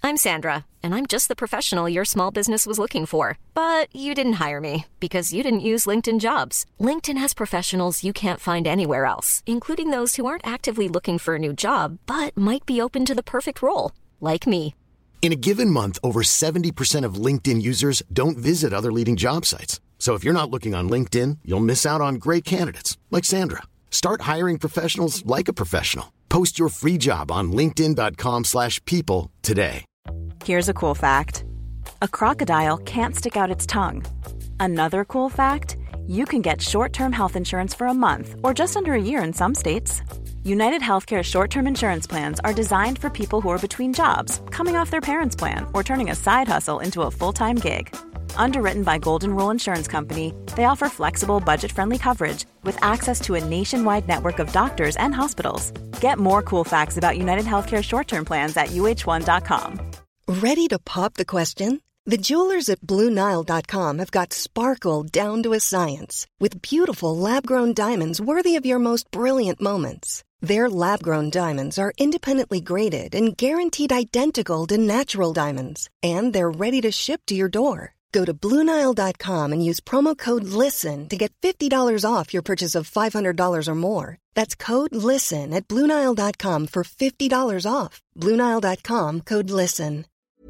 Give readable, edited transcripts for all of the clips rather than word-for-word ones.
I'm Sandra, and I'm just the professional your small business was looking for. But you didn't hire me because you didn't use LinkedIn Jobs. LinkedIn has professionals you can't find anywhere else, including those who aren't actively looking for a new job, but might be open to the perfect role, like me. In a given month, over 70% of LinkedIn users don't visit other leading job sites. So if you're not looking on LinkedIn, you'll miss out on great candidates like Sandra. Start hiring professionals like a professional. Post your free job on linkedin.com/people today. Here's a cool fact. A crocodile can't stick out its tongue. Another cool fact, you can get short-term health insurance for a month or just under a year in some states. United Healthcare short-term insurance plans are designed for people who are between jobs, coming off their parents' plan, or turning a side hustle into a full-time gig. Underwritten by Golden Rule Insurance Company, they offer flexible, budget-friendly coverage with access to a nationwide network of doctors and hospitals. Get more cool facts about United Healthcare short-term plans at uh1.com. Ready to pop the question? The jewelers at BlueNile.com have got sparkle down to a science with beautiful lab-grown diamonds worthy of your most brilliant moments. Their lab-grown diamonds are independently graded and guaranteed identical to natural diamonds, and they're ready to ship to your door. Go to BlueNile.com and use promo code LISTEN to get $50 off your purchase of $500 or more. That's code LISTEN at BlueNile.com for $50 off. BlueNile.com, code LISTEN.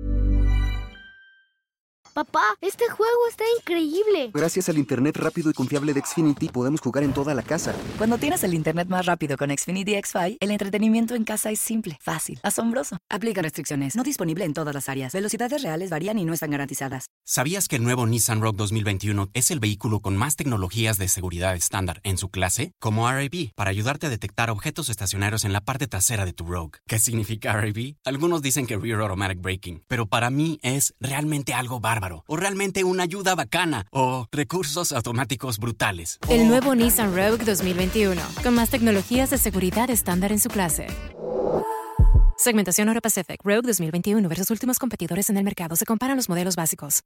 Papá, este juego está increíble. Gracias al internet rápido y confiable de Xfinity podemos jugar en toda la casa. Cuando tienes el internet más rápido con Xfinity XFi, el entretenimiento en casa es simple, fácil, asombroso. Aplica restricciones. No disponible en todas las áreas. Velocidades reales varían y no están garantizadas. ¿Sabías que el nuevo Nissan Rogue 2021 es el vehículo con más tecnologías de seguridad estándar en su clase? Como RAB, para ayudarte a detectar objetos estacionarios en la parte trasera de tu Rogue. ¿Qué significa RAB? Algunos dicen que Rear Automatic Braking, pero para mí es realmente algo bárbaro. O realmente una ayuda bacana. O recursos automáticos brutales. El nuevo Nissan Rogue 2021, con más tecnologías de seguridad estándar en su clase. Segmentación Euro Pacific Rogue 2021 versus últimos competidores en el mercado. Se comparan los modelos básicos.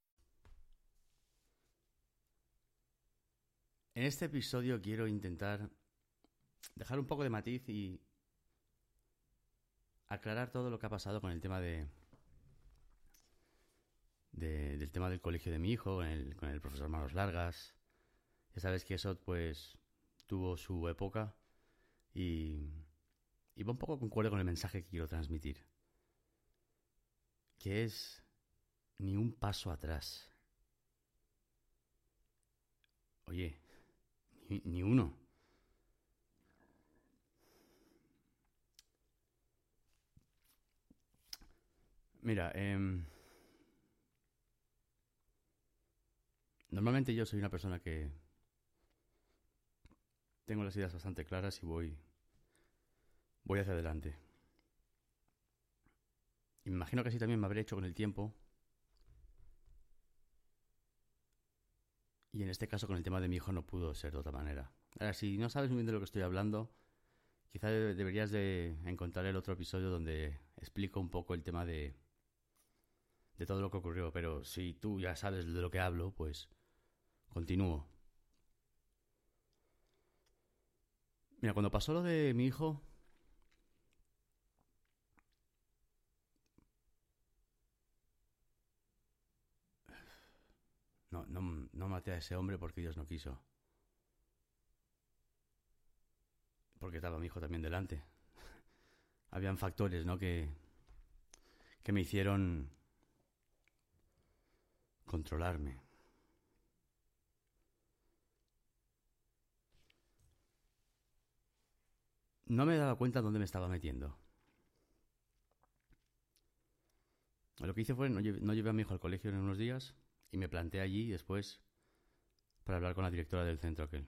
En este episodio quiero intentar dejar un poco de matiz y aclarar todo lo que ha pasado con el tema del tema del colegio de mi hijo, con el profesor Manos Largas. Ya sabes que eso pues tuvo su época y va un poco concuerdo con el mensaje que quiero transmitir, que es ni un paso atrás. Oye, ni uno. Mira, normalmente yo soy una persona que tengo las ideas bastante claras y voy hacia adelante. Y me imagino que así también me habré hecho con el tiempo. Y en este caso con el tema de mi hijo no pudo ser de otra manera. Ahora, si no sabes muy bien de lo que estoy hablando, quizá deberías de encontrar el otro episodio donde explico un poco el tema de todo lo que ocurrió. Pero si tú ya sabes de lo que hablo, pues continúo. Mira, cuando pasó lo de mi hijo, no maté a ese hombre porque Dios no quiso. Porque estaba mi hijo también delante. Habían factores, ¿no?, que me hicieron controlarme. No me daba cuenta dónde me estaba metiendo. Lo que hice fue, no llevé a mi hijo al colegio en unos días y me planté allí después para hablar con la directora del centro aquel.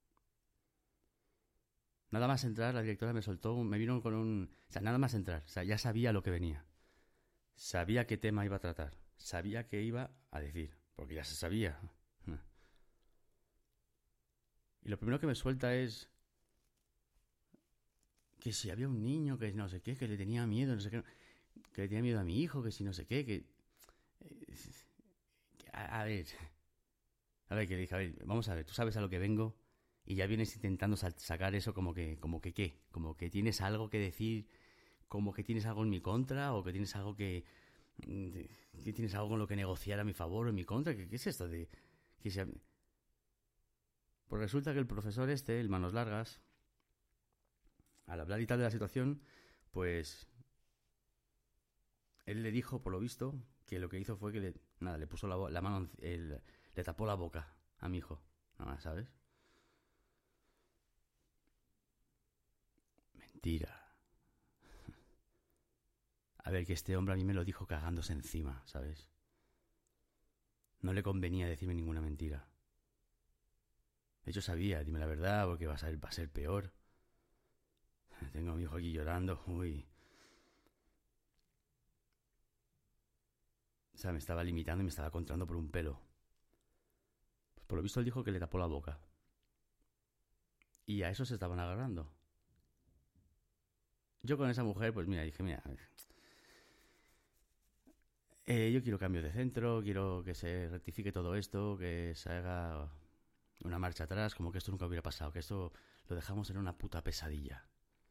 Nada más entrar, la directora me soltó, me vino con un... O sea, nada más entrar, o sea, ya sabía lo que venía. Sabía qué tema iba a tratar, sabía qué iba a decir, porque ya se sabía. Y lo primero que me suelta es que si había un niño que no sé qué, que le tenía miedo, no sé qué, que le tenía miedo a mi hijo, que si no sé qué, que a ver, que le dije, a ver, vamos a ver, tú sabes a lo que vengo y ya vienes intentando sacar eso como que tienes algo que decir, como que tienes algo en mi contra o que tienes algo que ¿Qué tienes algo con lo que negociar a mi favor o en mi contra? ¿Qué es esto de que sea...? Pues resulta que el profesor el Manos Largas, al hablar y tal de la situación, pues él le dijo, por lo visto, que lo que hizo fue que le puso la mano, le tapó la boca a mi hijo. Nada más, ¿sabes? Mentira. A ver, que este hombre a mí me lo dijo cagándose encima, ¿sabes? No le convenía decirme ninguna mentira. De hecho sabía, dime la verdad, porque va a ser peor. Tengo a mi hijo aquí llorando, uy. O sea, me estaba limitando y me estaba controlando por un pelo. Pues por lo visto él dijo que le tapó la boca. Y a eso se estaban agarrando. Yo con esa mujer, pues mira, dije, mira, yo quiero cambios de centro, quiero que se rectifique todo esto, que se haga una marcha atrás, como que esto nunca hubiera pasado, que esto lo dejamos en una puta pesadilla.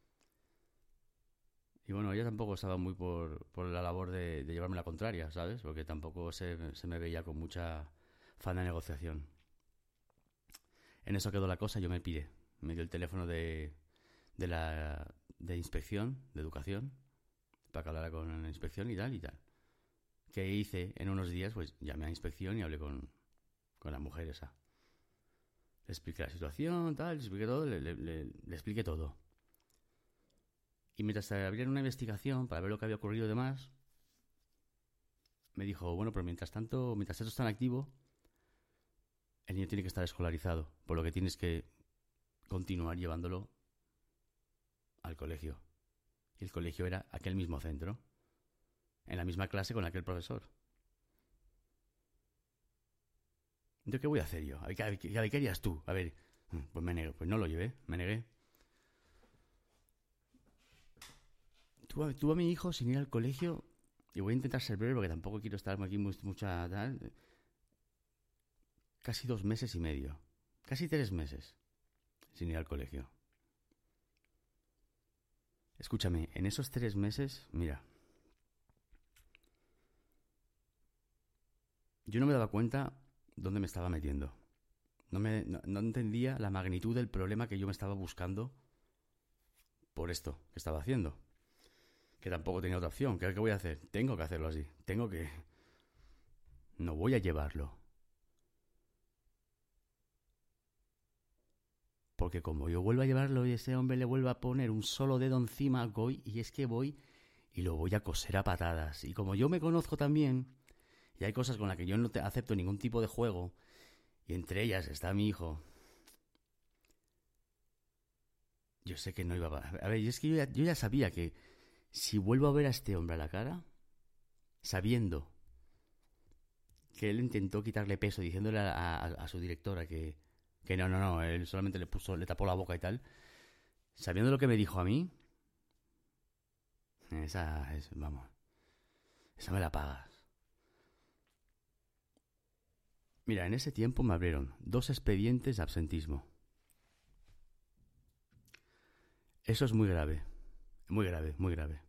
Y bueno, ella tampoco estaba muy por la labor de llevarme la contraria, ¿sabes? Porque tampoco se me veía con mucha afán de negociación. En eso quedó la cosa, yo me piré. Me dio el teléfono de inspección, de educación, para que hablara con la inspección y tal y tal. ¿Qué hice en unos días? Pues llamé a inspección y hablé con la mujer esa. Le expliqué la situación, tal, le expliqué todo, le expliqué todo. Y mientras abrían una investigación para ver lo que había ocurrido y demás, me dijo, bueno, pero mientras esto está en activo, el niño tiene que estar escolarizado, por lo que tienes que continuar llevándolo al colegio. Y el colegio era aquel mismo centro, en la misma clase con aquel profesor. Entonces, ¿qué voy a hacer yo? A ver, ¿qué harías tú? A ver, pues me negué, pues no lo llevé, me negué. Tú a mi hijo sin ir al colegio, y voy a intentar ser breve porque tampoco quiero estar aquí mucha tal, casi 2 meses y medio, casi 3 meses sin ir al colegio. Escúchame, en esos 3 meses, mira, yo no me daba cuenta dónde me estaba metiendo. No entendía la magnitud del problema que yo me estaba buscando por esto que estaba haciendo. Que tampoco tenía otra opción. ¿Qué voy a hacer? Tengo que hacerlo así. No voy a llevarlo. Porque como yo vuelvo a llevarlo y ese hombre le vuelva a poner un solo dedo encima, voy y lo voy a coser a patadas. Y como yo me conozco también, y hay cosas con las que yo no acepto ningún tipo de juego, y entre ellas está mi hijo, yo sé que no iba a... A ver, y es que yo ya sabía que si vuelvo a ver a este hombre a la cara, sabiendo que él intentó quitarle peso, diciéndole a su directora que no, él solamente le tapó la boca y tal, sabiendo lo que me dijo a mí, esa me la pagas. Mira, en ese tiempo me abrieron 2 expedientes de absentismo. Eso es muy grave. Muy grave, muy grave.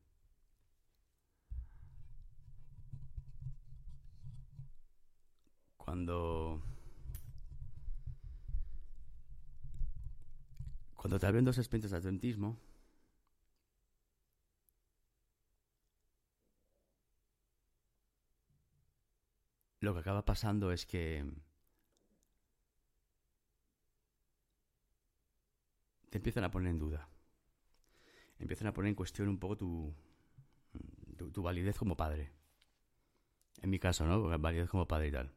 Cuando te abren 2 expedientes de absentismo, lo que acaba pasando es que te empiezan a poner en duda. Empiezan a poner en cuestión un poco tu validez como padre. En mi caso, ¿no? Validez como padre y tal.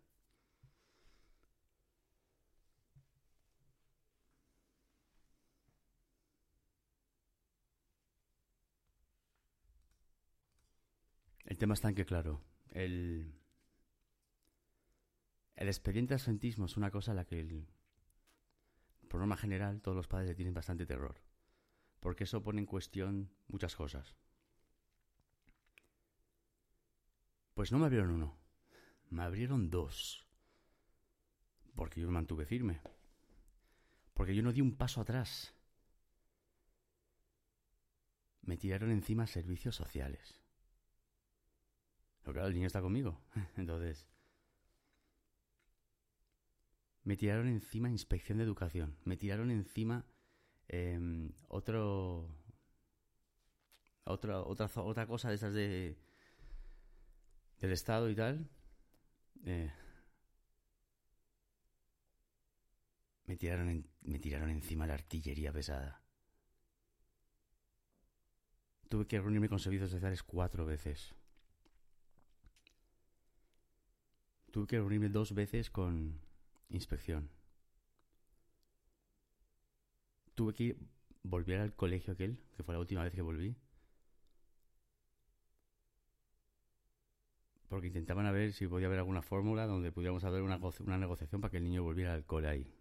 El tema está en que, claro, el expediente de absentismo es una cosa a la que, por norma general, todos los padres le tienen bastante terror. Porque eso pone en cuestión muchas cosas. Pues no me abrieron 1, me abrieron 2. Porque yo me mantuve firme. Porque yo no di un paso atrás. Me tiraron encima servicios sociales. Pero claro, el niño está conmigo. Entonces, me tiraron encima inspección de educación. Me tiraron encima otra cosa de esas del Estado y tal. Me tiraron encima la artillería pesada. Tuve que reunirme con servicios sociales 4 veces. Tuve que reunirme 2 veces con inspección. Tuve que volver al colegio aquel, que fue la última vez que volví. Porque intentaban a ver si podía haber alguna fórmula donde pudiéramos haber una negociación para que el niño volviera al cole ahí.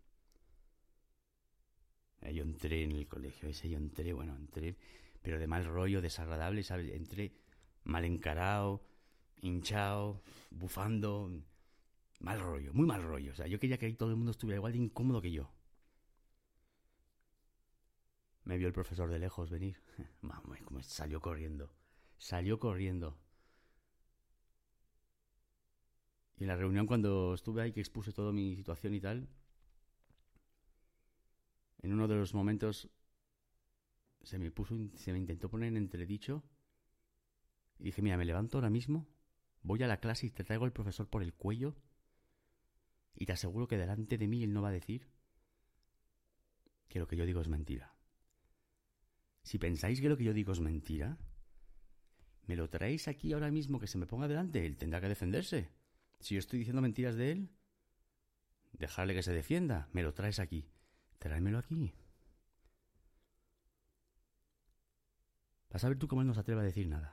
Yo entré en el colegio ese, entré, pero de mal rollo, desagradable, ¿sabes? Entré mal encarado, hinchado, bufando, mal rollo, muy mal rollo. O sea, yo quería que ahí todo el mundo estuviera igual de incómodo que yo. Me vio el profesor de lejos venir. Vamos, como salió corriendo. Y en la reunión, cuando estuve ahí, que expuse toda mi situación y tal, en uno de los momentos se me intentó poner en entredicho y dije, mira, me levanto ahora mismo, voy a la clase y te traigo al profesor por el cuello y te aseguro que delante de mí él no va a decir que lo que yo digo es mentira. Si pensáis que lo que yo digo es mentira, me lo traéis aquí ahora mismo, que se me ponga delante, él tendrá que defenderse. Si yo estoy diciendo mentiras de él, dejarle que se defienda, me lo traes aquí. Tráemelo aquí. Vas a ver tú cómo él no se atreve a decir nada.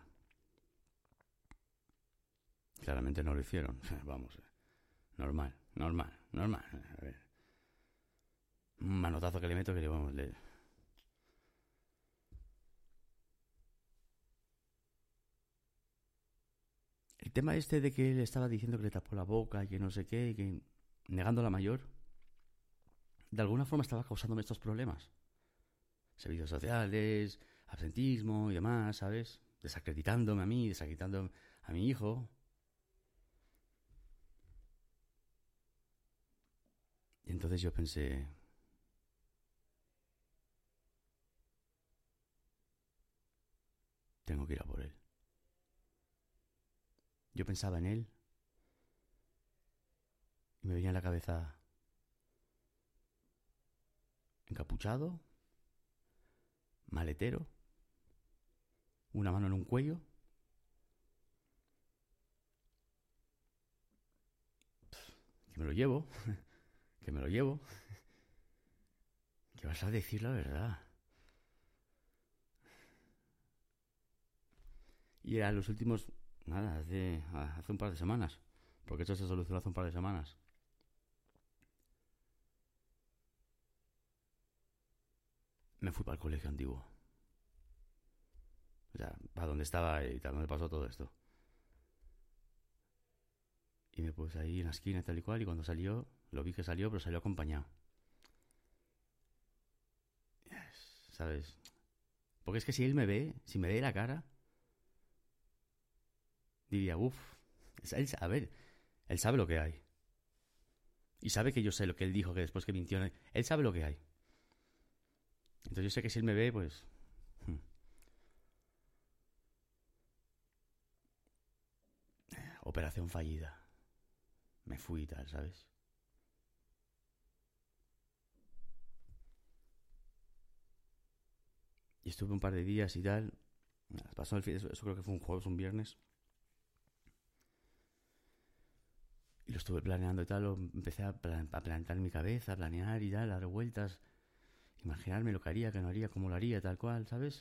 Claramente no lo hicieron. Vamos, normal. A ver. Un manotazo que le meto que le vamos a leer. El tema este de que él estaba diciendo que le tapó la boca y que no sé qué, y que negando la mayor, de alguna forma estaba causándome estos problemas. Servicios sociales, absentismo y demás, ¿sabes? Desacreditándome a mí, desacreditando a mi hijo. Y entonces yo pensé, tengo que ir a por él. Yo pensaba en él y me venía a la cabeza encapuchado, maletero, una mano en un cuello. Que me lo llevo, que vas a decir la verdad. Y era los últimos, hace un par de semanas, porque esto se solucionó hace un par de semanas. Me fui para el colegio antiguo. O sea, para donde estaba y tal, donde pasó todo esto. Y me puse ahí en la esquina tal y cual, y cuando salió, lo vi que salió, pero salió acompañado. ¿Sabes? Porque es que si él me ve, si me ve la cara, diría, a ver, él sabe lo que hay. Y sabe que yo sé lo que él dijo, que después que mintió, él sabe lo que hay. Entonces yo sé que si él me ve, pues... Operación fallida. Me fui y tal, ¿sabes? Y estuve un par de días y tal. Pasó eso creo que fue un jueves, un viernes. Y lo estuve planeando y tal. Empecé a plantar en mi cabeza, a planear y tal, a dar vueltas. Imaginarme lo que haría, que no haría, cómo lo haría, tal cual, ¿sabes?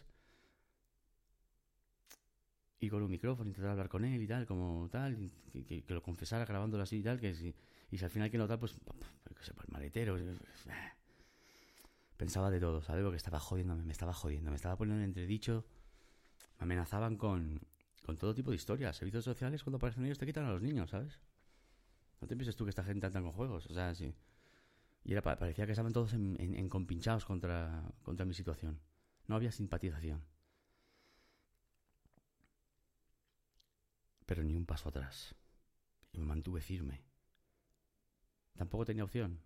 Y con un micrófono, intentar hablar con él y tal, como tal, que lo confesara grabándolo así y tal, y si al final que no tal, pues, que sepa, el maletero. Pensaba de todo, ¿sabes? Porque me estaba poniendo en entredicho, me amenazaban con todo tipo de historias. Servicios sociales, cuando aparecen ellos, te quitan a los niños, ¿sabes? No te pienses tú que esta gente anda con juegos, o sea, sí. Y parecía que estaban todos compinchados contra mi situación. No había simpatización. Pero ni un paso atrás. Y me mantuve firme. Tampoco tenía opción.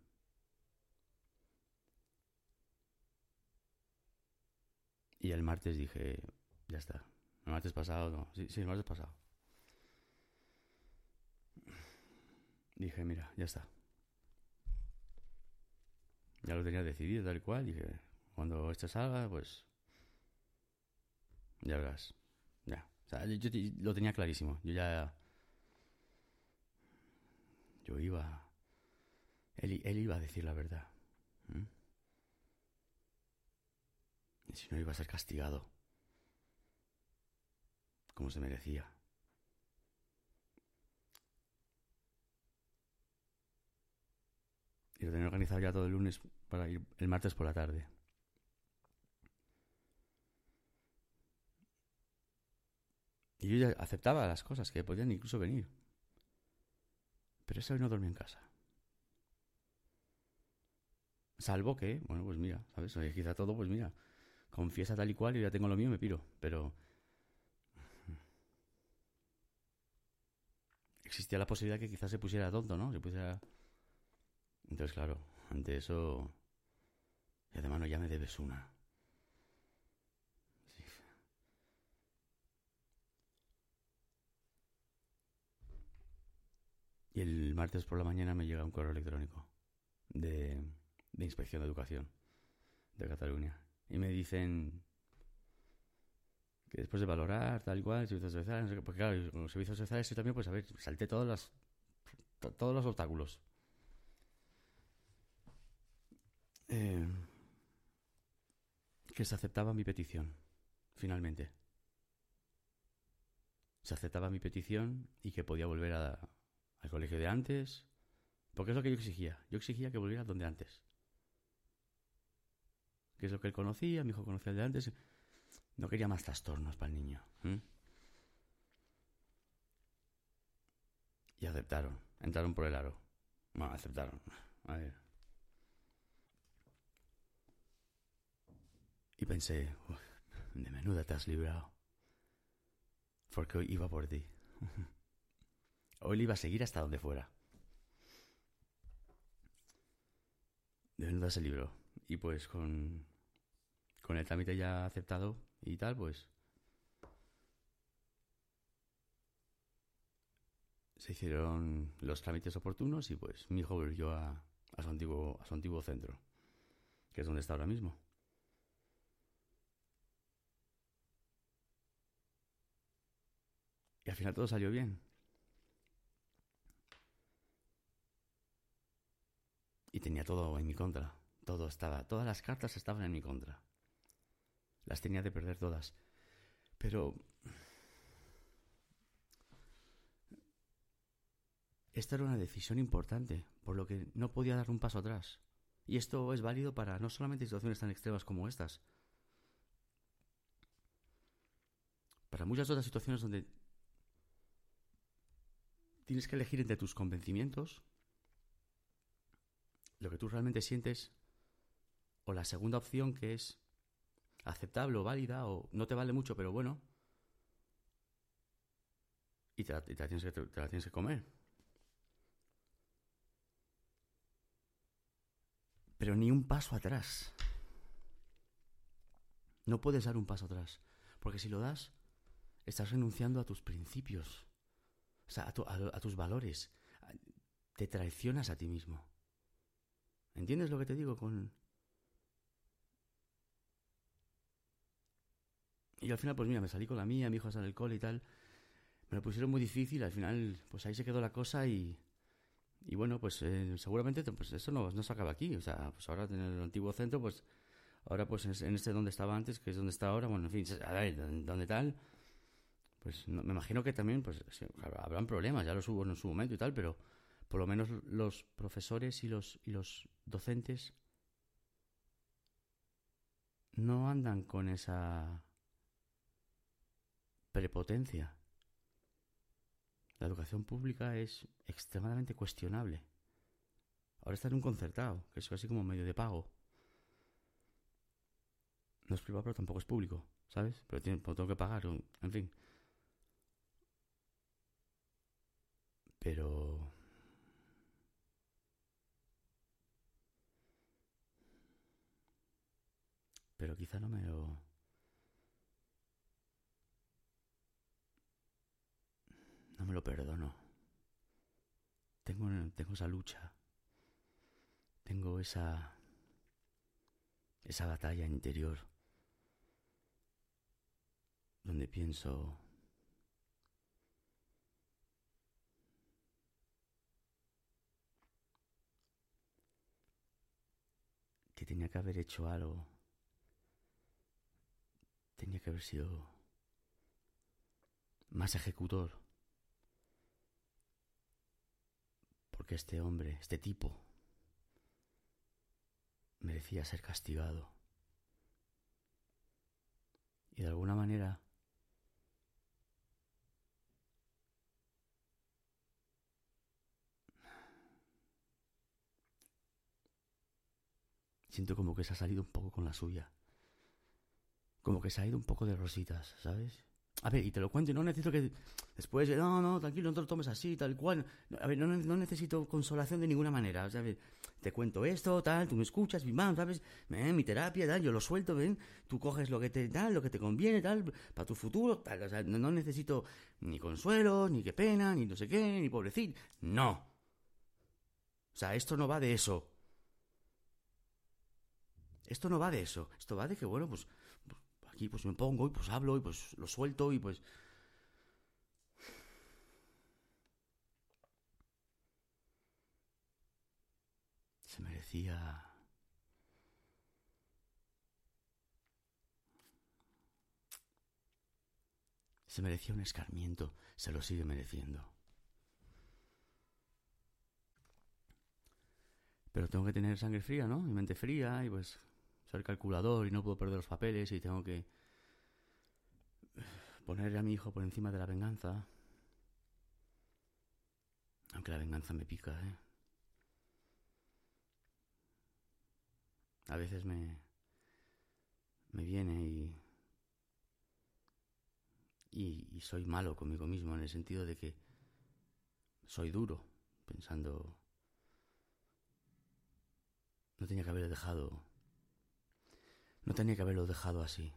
Y el martes dije, ya está. El martes pasado, no. Sí, el martes pasado. Dije, mira, ya está. Ya lo tenía decidido tal y cual. Dije, cuando esto salga, pues ya verás. Ya. O sea, yo lo tenía clarísimo. Yo iba... Él iba a decir la verdad. Y si no, iba a ser castigado. Como se merecía. Y lo tenía organizado ya todo el lunes para ir el martes por la tarde. Y yo ya aceptaba las cosas, que podían incluso venir. Pero esa vez no dormí en casa. Salvo que, bueno, pues mira, ¿sabes? Oye, quizá todo, pues mira, confiesa tal y cual y ya tengo lo mío y me piro. Pero existía la posibilidad que quizás se pusiera tonto, ¿no? Se pusiera... Entonces, claro, ante eso... Y además no, ya me debes una. Sí. Y el martes por la mañana me llega un correo electrónico de Inspección de Educación de Cataluña. Y me dicen que después de valorar tal y cual, servicios sociales, no sé qué, porque claro, los servicios sociales yo también, pues a ver, salté todos los obstáculos. Que se aceptaba mi petición, finalmente. Se aceptaba mi petición y que podía volver al colegio de antes, porque es lo que yo exigía. Yo exigía que volviera donde antes. Que es lo que él conocía, mi hijo conocía el de antes. No quería más trastornos para el niño. Y aceptaron. Entraron por el aro. Bueno, aceptaron. A ver. Y pensé, de menuda te has librado. Porque hoy iba por ti. Hoy le iba a seguir hasta donde fuera. De menuda se libró. Y pues con el trámite ya aceptado y tal, pues se hicieron los trámites oportunos y pues mi hijo volvió a su antiguo centro, que es donde está ahora mismo. Y al final todo salió bien. Y tenía todo en mi contra. Todas las cartas estaban en mi contra. Las tenía de perder todas. Pero esta era una decisión importante, por lo que no podía dar un paso atrás. Y esto es válido para no solamente situaciones tan extremas como estas. Para muchas otras situaciones donde tienes que elegir entre tus convencimientos, lo que tú realmente sientes, o la segunda opción, que es aceptable o válida, o no te vale mucho, pero bueno, y te la tienes que comer. Pero ni un paso atrás. No puedes dar un paso atrás, porque si lo das, estás renunciando a tus principios, o sea, a tus valores. Te traicionas a ti mismo. ¿Entiendes lo que te digo? Y al final, pues mira, me salí con la mía, mi hijo sale del cole y tal. Me lo pusieron muy difícil, al final, pues ahí se quedó la cosa y bueno, pues seguramente pues eso no se acaba aquí. O sea, pues ahora en el antiguo centro, pues ahora pues en este donde estaba antes, que es donde está ahora, bueno, en fin, a ver, donde tal, pues no, me imagino que también pues sí, habrán problemas, ya los hubo en su momento y tal, pero por lo menos los profesores y los docentes no andan con esa prepotencia. La educación pública es extremadamente cuestionable. Ahora está en un concertado, que es casi como medio de pago. No es privado, pero tampoco es público, ¿sabes? Pero tengo que pagar, en fin. Pero quizá no me lo perdono. Tengo esa lucha. Tengo esa batalla interior donde pienso que tenía que haber hecho algo. Tenía que haber sido más ejecutor. Porque este hombre, este tipo, merecía ser castigado. Y de alguna manera siento como que se ha salido un poco con la suya. Como que se ha ido un poco de rositas, ¿sabes? A ver, y te lo cuento, y no necesito que después, no, tranquilo, no te lo tomes así, tal cual. A ver, no necesito consolación de ninguna manera. O sea, a ver, te cuento esto, tal, tú me escuchas, ¿sabes? Mi terapia, tal, yo lo suelto, ven. Tú coges lo que te conviene, tal, para tu futuro, tal. O sea, no necesito ni consuelo, ni qué pena, ni no sé qué, ni pobrecito. No. O sea, esto no va de eso. Esto no va de eso. Esto va de que, bueno, pues aquí pues me pongo y pues hablo y pues lo suelto y pues... Se merecía... Se merecía un escarmiento. Se lo sigue mereciendo. Pero tengo que tener sangre fría, ¿no? Y mente fría y pues ser calculador y no puedo perder los papeles y tengo que poner a mi hijo por encima de la venganza. Aunque la venganza me pica, ¿eh? A veces me viene y soy malo conmigo mismo en el sentido de que soy duro, pensando... No tenía que haberlo dejado así.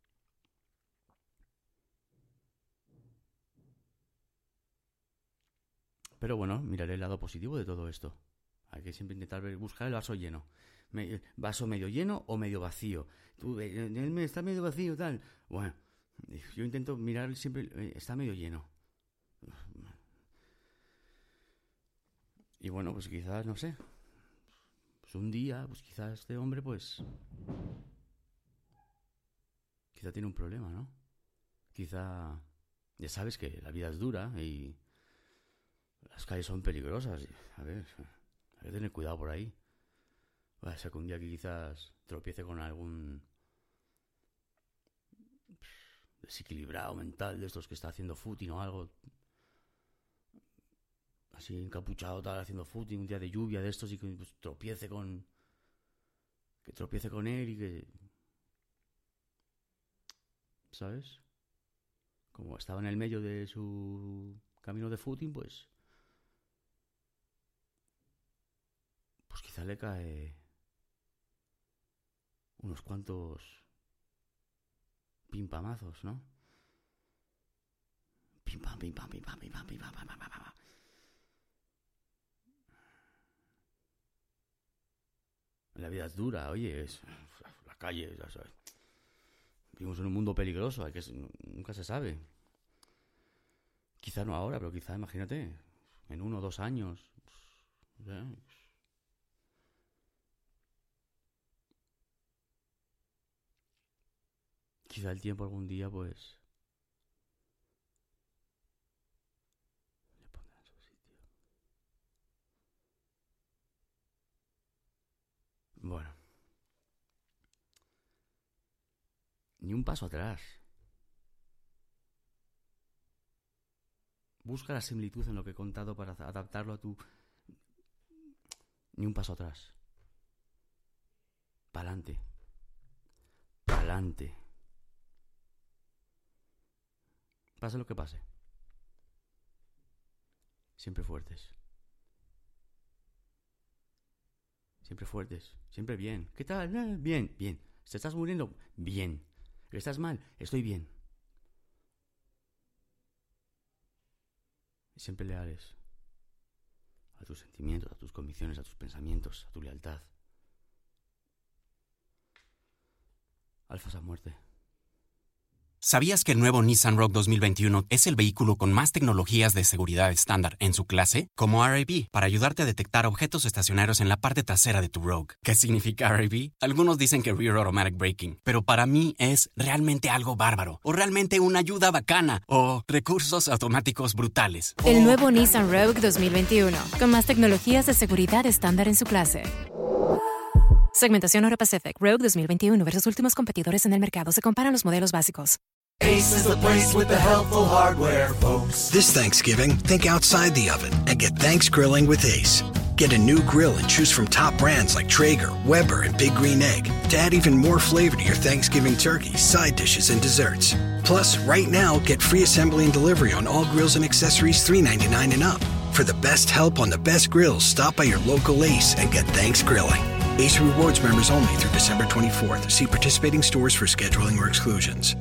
Pero bueno, miraré el lado positivo de todo esto. Hay que siempre intentar buscar el vaso lleno. Vaso medio lleno o medio vacío. Él está medio vacío, tal. Bueno, yo intento mirar siempre, está medio lleno. Y bueno, pues quizás, no sé, pues un día, pues quizás este hombre, pues... Quizá tiene un problema, ¿no? Quizá... Ya sabes que la vida es dura y... Las calles son peligrosas. A ver, hay que tener cuidado por ahí. Va a ser que un día que quizás tropiece con algún desequilibrado mental de estos que está haciendo footing o algo. Así encapuchado tal, haciendo footing, un día de lluvia de estos y que pues, tropiece con él y que... ¿Sabes? Como estaba en el medio de su camino de footing, pues quizá le cae unos cuantos pimpamazos, ¿no? Pim pam, pim pam, pim pam, pim pam, pim pam, pam, pam, pam, pam. La vida es dura, oye, es la calle, ya sabes. Vivimos en un mundo peligroso, nunca se sabe. Quizá no ahora, pero quizá, imagínate, en 1 o 2 años. Quizá el tiempo algún día, pues... le pondrá en su sitio. Bueno. Ni un paso atrás. Busca la similitud en lo que he contado para adaptarlo a tu... Ni un paso atrás. Pa'lante. Pa'lante. Pase lo que pase. Siempre fuertes. Siempre fuertes. Siempre bien. ¿Qué tal? Bien, bien. ¿Te estás muriendo? Bien. ¿Estás mal? Estoy bien. Y siempre leales. A tus sentimientos, a tus convicciones, a tus pensamientos, a tu lealtad. Alfas a muerte. ¿Sabías que el nuevo Nissan Rogue 2021 es el vehículo con más tecnologías de seguridad estándar en su clase? Como RAB, para ayudarte a detectar objetos estacionarios en la parte trasera de tu Rogue. ¿Qué significa RAB? Algunos dicen que Rear Automatic Braking, pero para mí es realmente algo bárbaro, o realmente una ayuda bacana, o recursos automáticos brutales. El nuevo Nissan Rogue 2021, con más tecnologías de seguridad estándar en su clase. Segmentación Euro-Pacific Rogue 2021 versus últimos competidores en el mercado. Se comparan los modelos básicos. Ace is the place with the helpful hardware, folks. This Thanksgiving, think outside the oven and get Thanks Grilling with Ace. Get a new grill and choose from top brands like Traeger, Weber, and Big Green Egg to add even more flavor to your Thanksgiving turkey, side dishes, and desserts. Plus, right now, get free assembly and delivery on all grills and accessories $3.99 and up. For the best help on the best grills, stop by your local Ace and get Thanks Grilling. Ace Rewards members only through December 24th. See participating stores for scheduling or exclusions.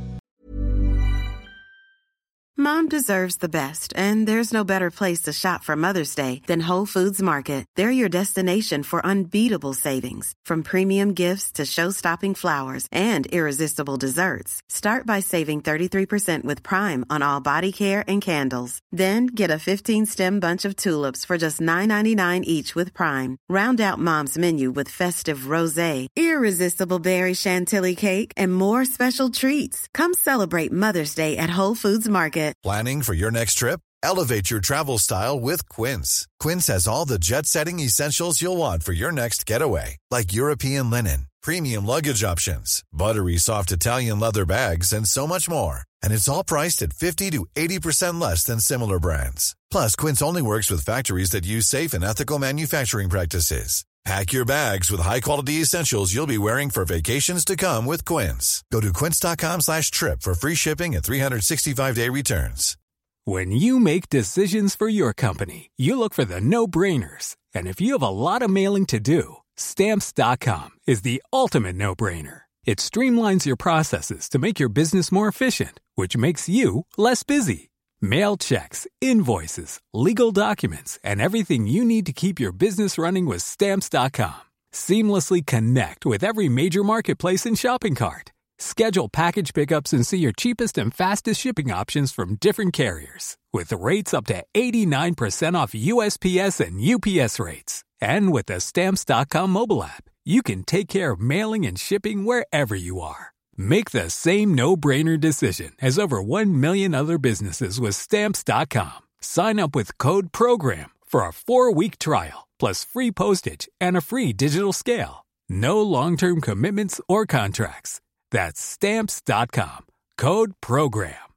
Mom deserves the best, and there's no better place to shop for Mother's Day than Whole Foods Market. They're your destination for unbeatable savings, from premium gifts to show-stopping flowers and irresistible desserts. Start by saving 33% with Prime on all body care and candles. Then get a 15-stem bunch of tulips for just $9.99 each with Prime. Round out Mom's menu with festive rosé, irresistible berry chantilly cake, and more special treats. Come celebrate Mother's Day at Whole Foods Market. Planning for your next trip? Elevate your travel style with Quince. Quince has all the jet-setting essentials you'll want for your next getaway, like European linen, premium luggage options, buttery soft Italian leather bags, and so much more. And it's all priced at 50 to 80% less than similar brands. Plus, Quince only works with factories that use safe and ethical manufacturing practices. Pack your bags with high-quality essentials you'll be wearing for vacations to come with Quince. Go to quince.com/trip for free shipping and 365-day returns. When you make decisions for your company, you look for the no-brainers. And if you have a lot of mailing to do, Stamps.com is the ultimate no-brainer. It streamlines your processes to make your business more efficient, which makes you less busy. Mail checks, invoices, legal documents, and everything you need to keep your business running with Stamps.com. Seamlessly connect with every major marketplace and shopping cart. Schedule package pickups and see your cheapest and fastest shipping options from different carriers. With rates up to 89% off USPS and UPS rates. And with the Stamps.com mobile app, you can take care of mailing and shipping wherever you are. Make the same no-brainer decision as over 1 million other businesses with Stamps.com. Sign up with code PROGRAM for a 4-week trial, plus free postage and a free digital scale. No long-term commitments or contracts. That's Stamps.com. Code PROGRAM.